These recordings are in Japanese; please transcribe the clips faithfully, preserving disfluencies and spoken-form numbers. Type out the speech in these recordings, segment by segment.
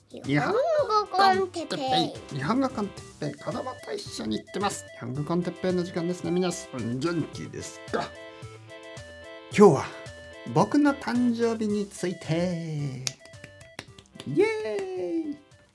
日本語コンテッペイ日本語コンテッペイ子供と一緒に行ってます。日本語コンテッペイの時間ですね。皆さん元気ですか？今日は僕の誕生日についてイエーイ。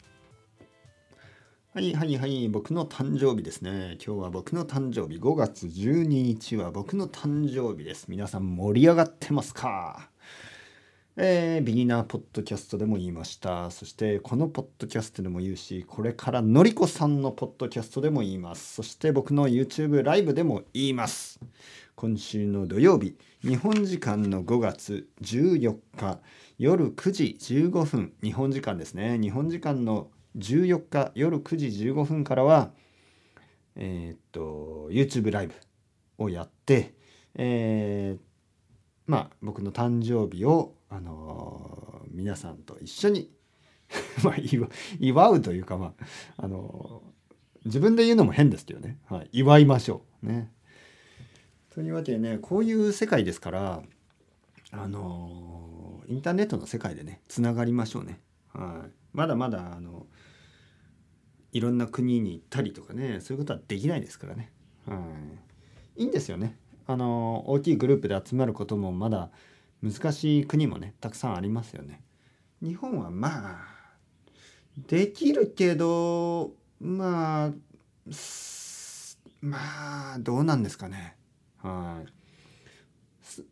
はいはいはい、僕の誕生日ですね。今日は僕の誕生日、ごがつじゅうににちは僕の誕生日です。皆さん盛り上がってますか？えー、ビギナーポッドキャストでも言いました。そしてこのポッドキャストでも言うし、これからのりこさんのポッドキャストでも言います。そして僕の YouTube ライブでも言います。今週の土曜日、日本時間のごがつじゅうよっか夜くじじゅうごふん、日本時間ですね。日本時間のじゅうよっか夜くじじゅうごふんからは、えー、っと YouTube ライブをやって、えー、まあ僕の誕生日をあのー、皆さんと一緒にまあ祝祝うというか、まああのー、自分で言うのも変ですけどね、はい、祝いましょうね。というわけでね、こういう世界ですから、あのー、インターネットの世界でねつながりましょうね。はい、まだまだあのいろんな国に行ったりとかね、そういうことはできないですからね。はい、いいんですよね。あのー、大きいグループで集まることもまだ難しい国もねたくさんありますよね。日本はまあできるけど、まあまあどうなんですかね。はい。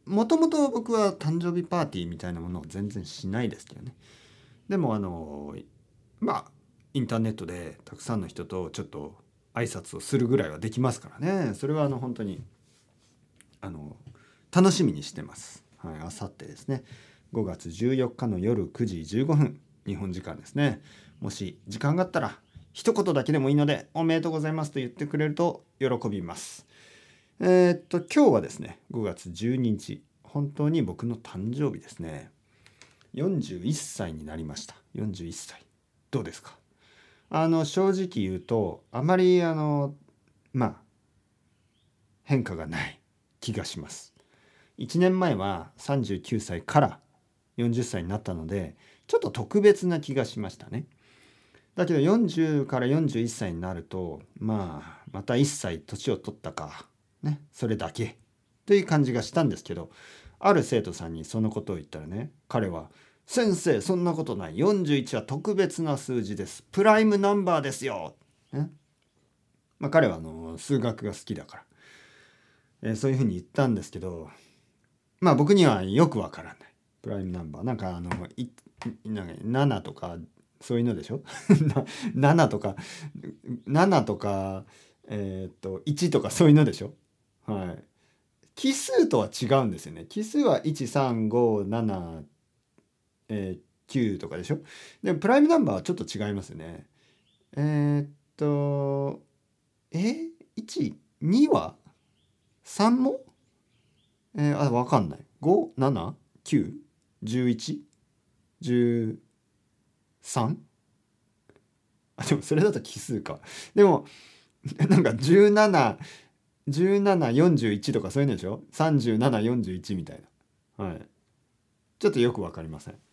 もともと僕は誕生日パーティーみたいなものを全然しないですけどね。でもあのまあインターネットでたくさんの人とちょっと挨拶をするぐらいはできますからね。それはあの本当にあの楽しみにしてます。はい、あさってですね。ごがつじゅうよっかの夜くじじゅうごふん、日本時間ですね。もし時間があったら一言だけでもいいのでおめでとうございますと言ってくれると喜びます。えー、っと今日はですねごがつじゅうににち、本当に僕の誕生日ですね。よんじゅういっさいになりました。よんじゅういっさいどうですか？あの正直言うとあまりあのまあ変化がない気がします。いちねんまえはさんじゅうきゅうさいからよんじゅっさいになったのでちょっと特別な気がしましたね。だけどよんじゅうからよんじゅういっさいになるとまあまたいっさい年を取ったかね、それだけという感じがしたんですけど、ある生徒さんにそのことを言ったらね、彼は先生そんなことない、よんじゅういちは特別な数字です、プライムナンバーですよ、ね、まあ、彼はあの数学が好きだから、えー、そういうふうに言ったんですけど、まあ僕にはよくわからない。プライムナンバーなんかあのいなんかななとかそういうのでしょななとかななとかえー、っといちとかそういうのでしょ。はい。奇数とは違うんですよね。奇数はいちさんごなな、えー、きゅうとかでしょ。でもプライムナンバーはちょっと違いますよね。えー、っとえいち、にはさんもえー、あ、わかんない。ご、なな、きゅう、じゅういち、じゅうさん？ あ、でもそれだと奇数か。でも、なんかじゅうなな、じゅうなな、よんじゅういちとかそういうのでしょ？ さんじゅうなな、よんじゅういちみたいな。はい。ちょっとよくわかりません。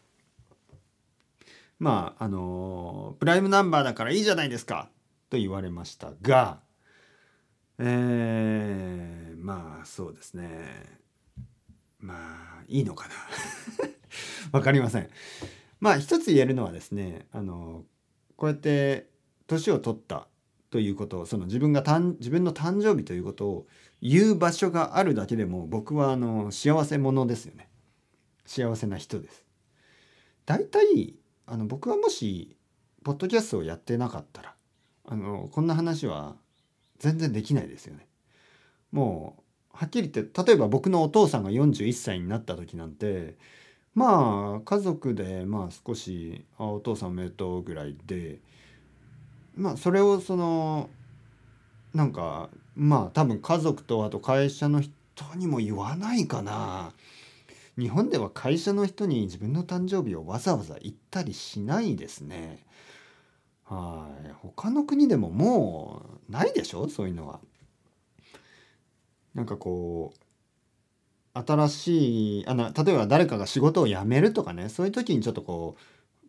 まあ、あのー、プライムナンバーだからいいじゃないですかと言われましたが、えー、まあそうですね。まあいいのかな。わかりません。まあ一つ言えるのはですね、あのこうやって年を取ったということを、その自分が誕自分の誕生日ということを言う場所があるだけでも僕はあの幸せ者ですよね。幸せな人です。大体あの僕はもしポッドキャストをやってなかったらあのこんな話は全然できないですよね。もうはっきり言って例えば僕のお父さんがよんじゅういっさいになった時なんて、まあ家族でまあ少しあお父さんおめでとうぐらいで、まあそれをそのなんかまあ多分家族とあと会社の人にも言わないかな。日本では会社の人に自分の誕生日をわざわざ言ったりしないですね。はい。他の国でももうないでしょそういうのは。なんかこう新しいあの例えば誰かが仕事を辞めるとかね、そういう時にちょっとこう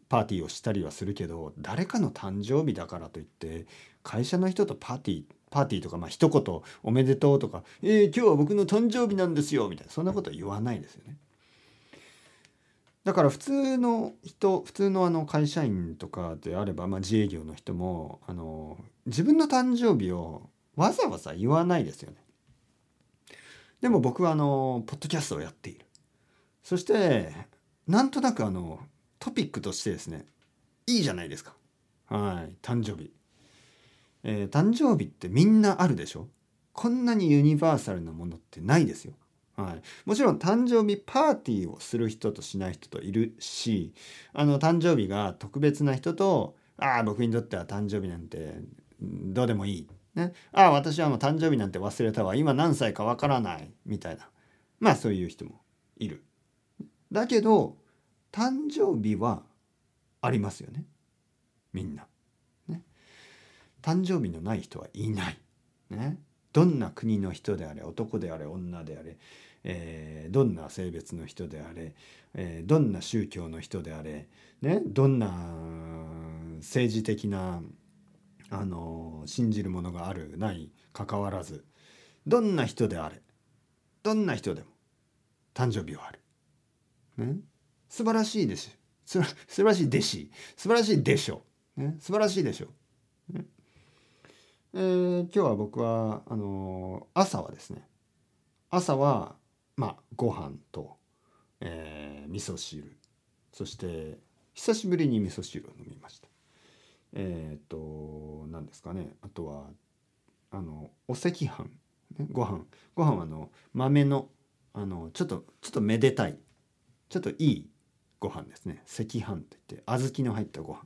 パーティーをしたりはするけど、誰かの誕生日だからといって会社の人とパーティーパーティーとか、まあ一言おめでとうとか、えー、今日は僕の誕生日なんですよみたいな、そんなこと言わないですよね。だから普通の人、普通のあの会社員とかであれば、まあ、自営業の人もあの自分の誕生日をわざわざ言わないですよね。でも僕はあのポッドキャストをやっている。そしてなんとなくあのトピックとしてですね、いいじゃないですか。はい、誕生日、えー誕生日ってみんなあるでしょ。こんなにユニバーサルなものってないですよ。はい、もちろん誕生日パーティーをする人としない人といるし、あの誕生日が特別な人と、ああ僕にとっては誕生日なんてどうでもいい、ね、ああ私はもう誕生日なんて忘れたわ、今何歳かわからないみたいな、まあそういう人もいる。だけど誕生日はありますよね、みんな、ね、誕生日のない人はいない、ね、どんな国の人であれ、男であれ女であれ、えーどんな性別の人であれ、えーどんな宗教の人であれ、ね、どんな政治的なあの信じるものがあるない関わらず、どんな人であれ、どんな人でも誕生日はある、ね、素晴らしいです。素晴らしいでし素晴らしいでしょ、ね、素晴らしいでしょ、ね、えー今日は僕はあの朝はですね、朝はまあご飯と、えー味噌汁、そして久しぶりに味噌汁を飲みました。えっ、と何ですかね、あとはあのお赤飯、ね、ご飯ご飯はあの豆のあのちょっとちょっとめでたい、ちょっといいご飯ですね。赤飯といって小豆の入ったご飯。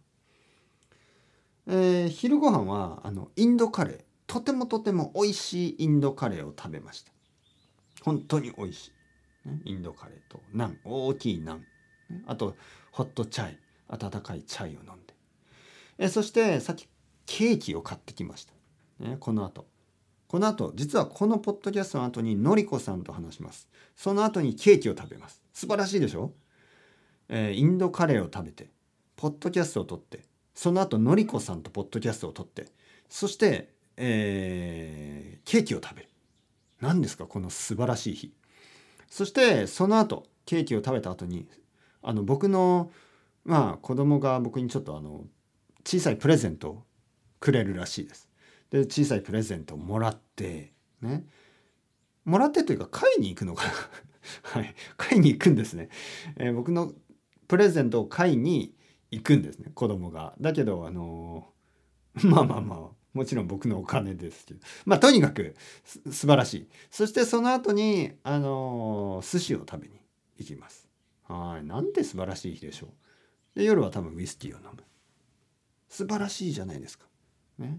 えー昼ご飯はあのインドカレー、とてもとても美味しいインドカレーを食べました。本当に美味しい、ね、インドカレーとナン、大きいナン、ね、あとホットチャイ、温かいチャイを飲んで、えそしてさっきケーキを買ってきました、ね、この後この後実はこのポッドキャストの後にのりこさんと話します。その後にケーキを食べます。素晴らしいでしょ、えーインドカレーを食べてポッドキャストを撮って、その後のりこさんとポッドキャストを撮って、そして、えーケーキを食べる。何ですかこの素晴らしい日。そしてその後ケーキを食べた後にあの僕のまあ子供が僕にちょっとあの小さいプレゼントをくれるらしいです。で小さいプレゼントをもらってね、もらってというか買いに行くのかなはい買いに行くんですね、えー僕のプレゼントを買いに行くんですね、子供が。だけどあのーまあまあまあもちろん僕のお金ですけど、まあとにかくす素晴らしい。そしてその後にあのー寿司を食べに行きます。はい、なんて素晴らしい日でしょう。で夜は多分ウイスキーを飲む。素晴らしいじゃないですか、ね、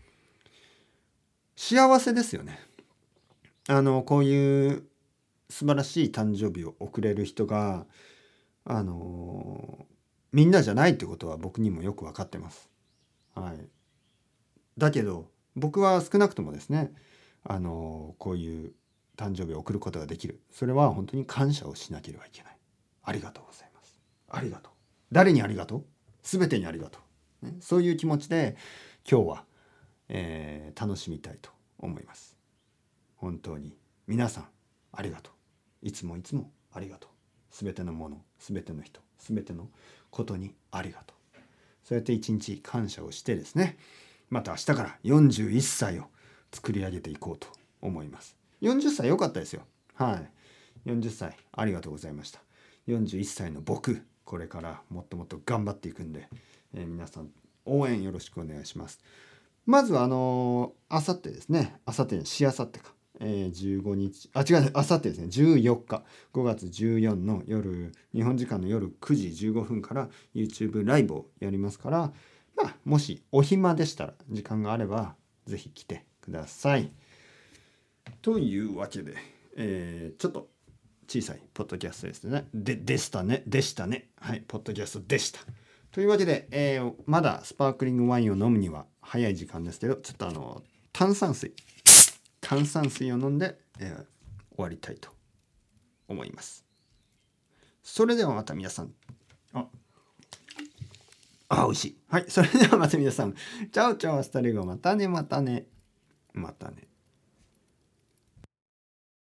幸せですよね。あのこういう素晴らしい誕生日を送れる人があのみんなじゃないってことは僕にもよく分かってます。はい、だけど僕は少なくともですね、あのこういう誕生日を送ることができる、それは本当に感謝をしなければいけない。ありがとうございます。ありがとう。誰にありがとう、全てにありがとう、ね、そういう気持ちで今日は、えー楽しみたいと思います。本当に皆さんありがとう。いつもいつもありがとう。すべてのもの、すべての人、すべてのことにありがとう。そうやって一日感謝をしてですね、また明日からよんじゅういっさいを作り上げていこうと思います。よんじゅっさい良かったですよ。はい。よんじゅっさいありがとうございました。よんじゅういっさいの僕、これからもっともっと頑張っていくんで、えー皆さん応援よろしくお願いします。まずはあのあさってですね、あさってしあさってか、えー、じゅうごにち、あ違う、あさってですね、じゅうよっかごがつじゅうよっかの夜、日本時間の夜くじじゅうごふんから YouTube ライブをやりますから、まあもしお暇でしたら、時間があればぜひ来てください。というわけで、えーちょっと小さいポッドキャストですね。で、でしたね。でしたね。はい、ポッドキャストでした。というわけで、えーまだスパークリングワインを飲むには早い時間ですけど、ちょっとあの炭酸水炭酸水を飲んで、えー終わりたいと思います。それではまた皆さん、ああ、美味しい。はい。それではまた皆さん、チャオチャオ、アスタレゴ、またね、またね。またね。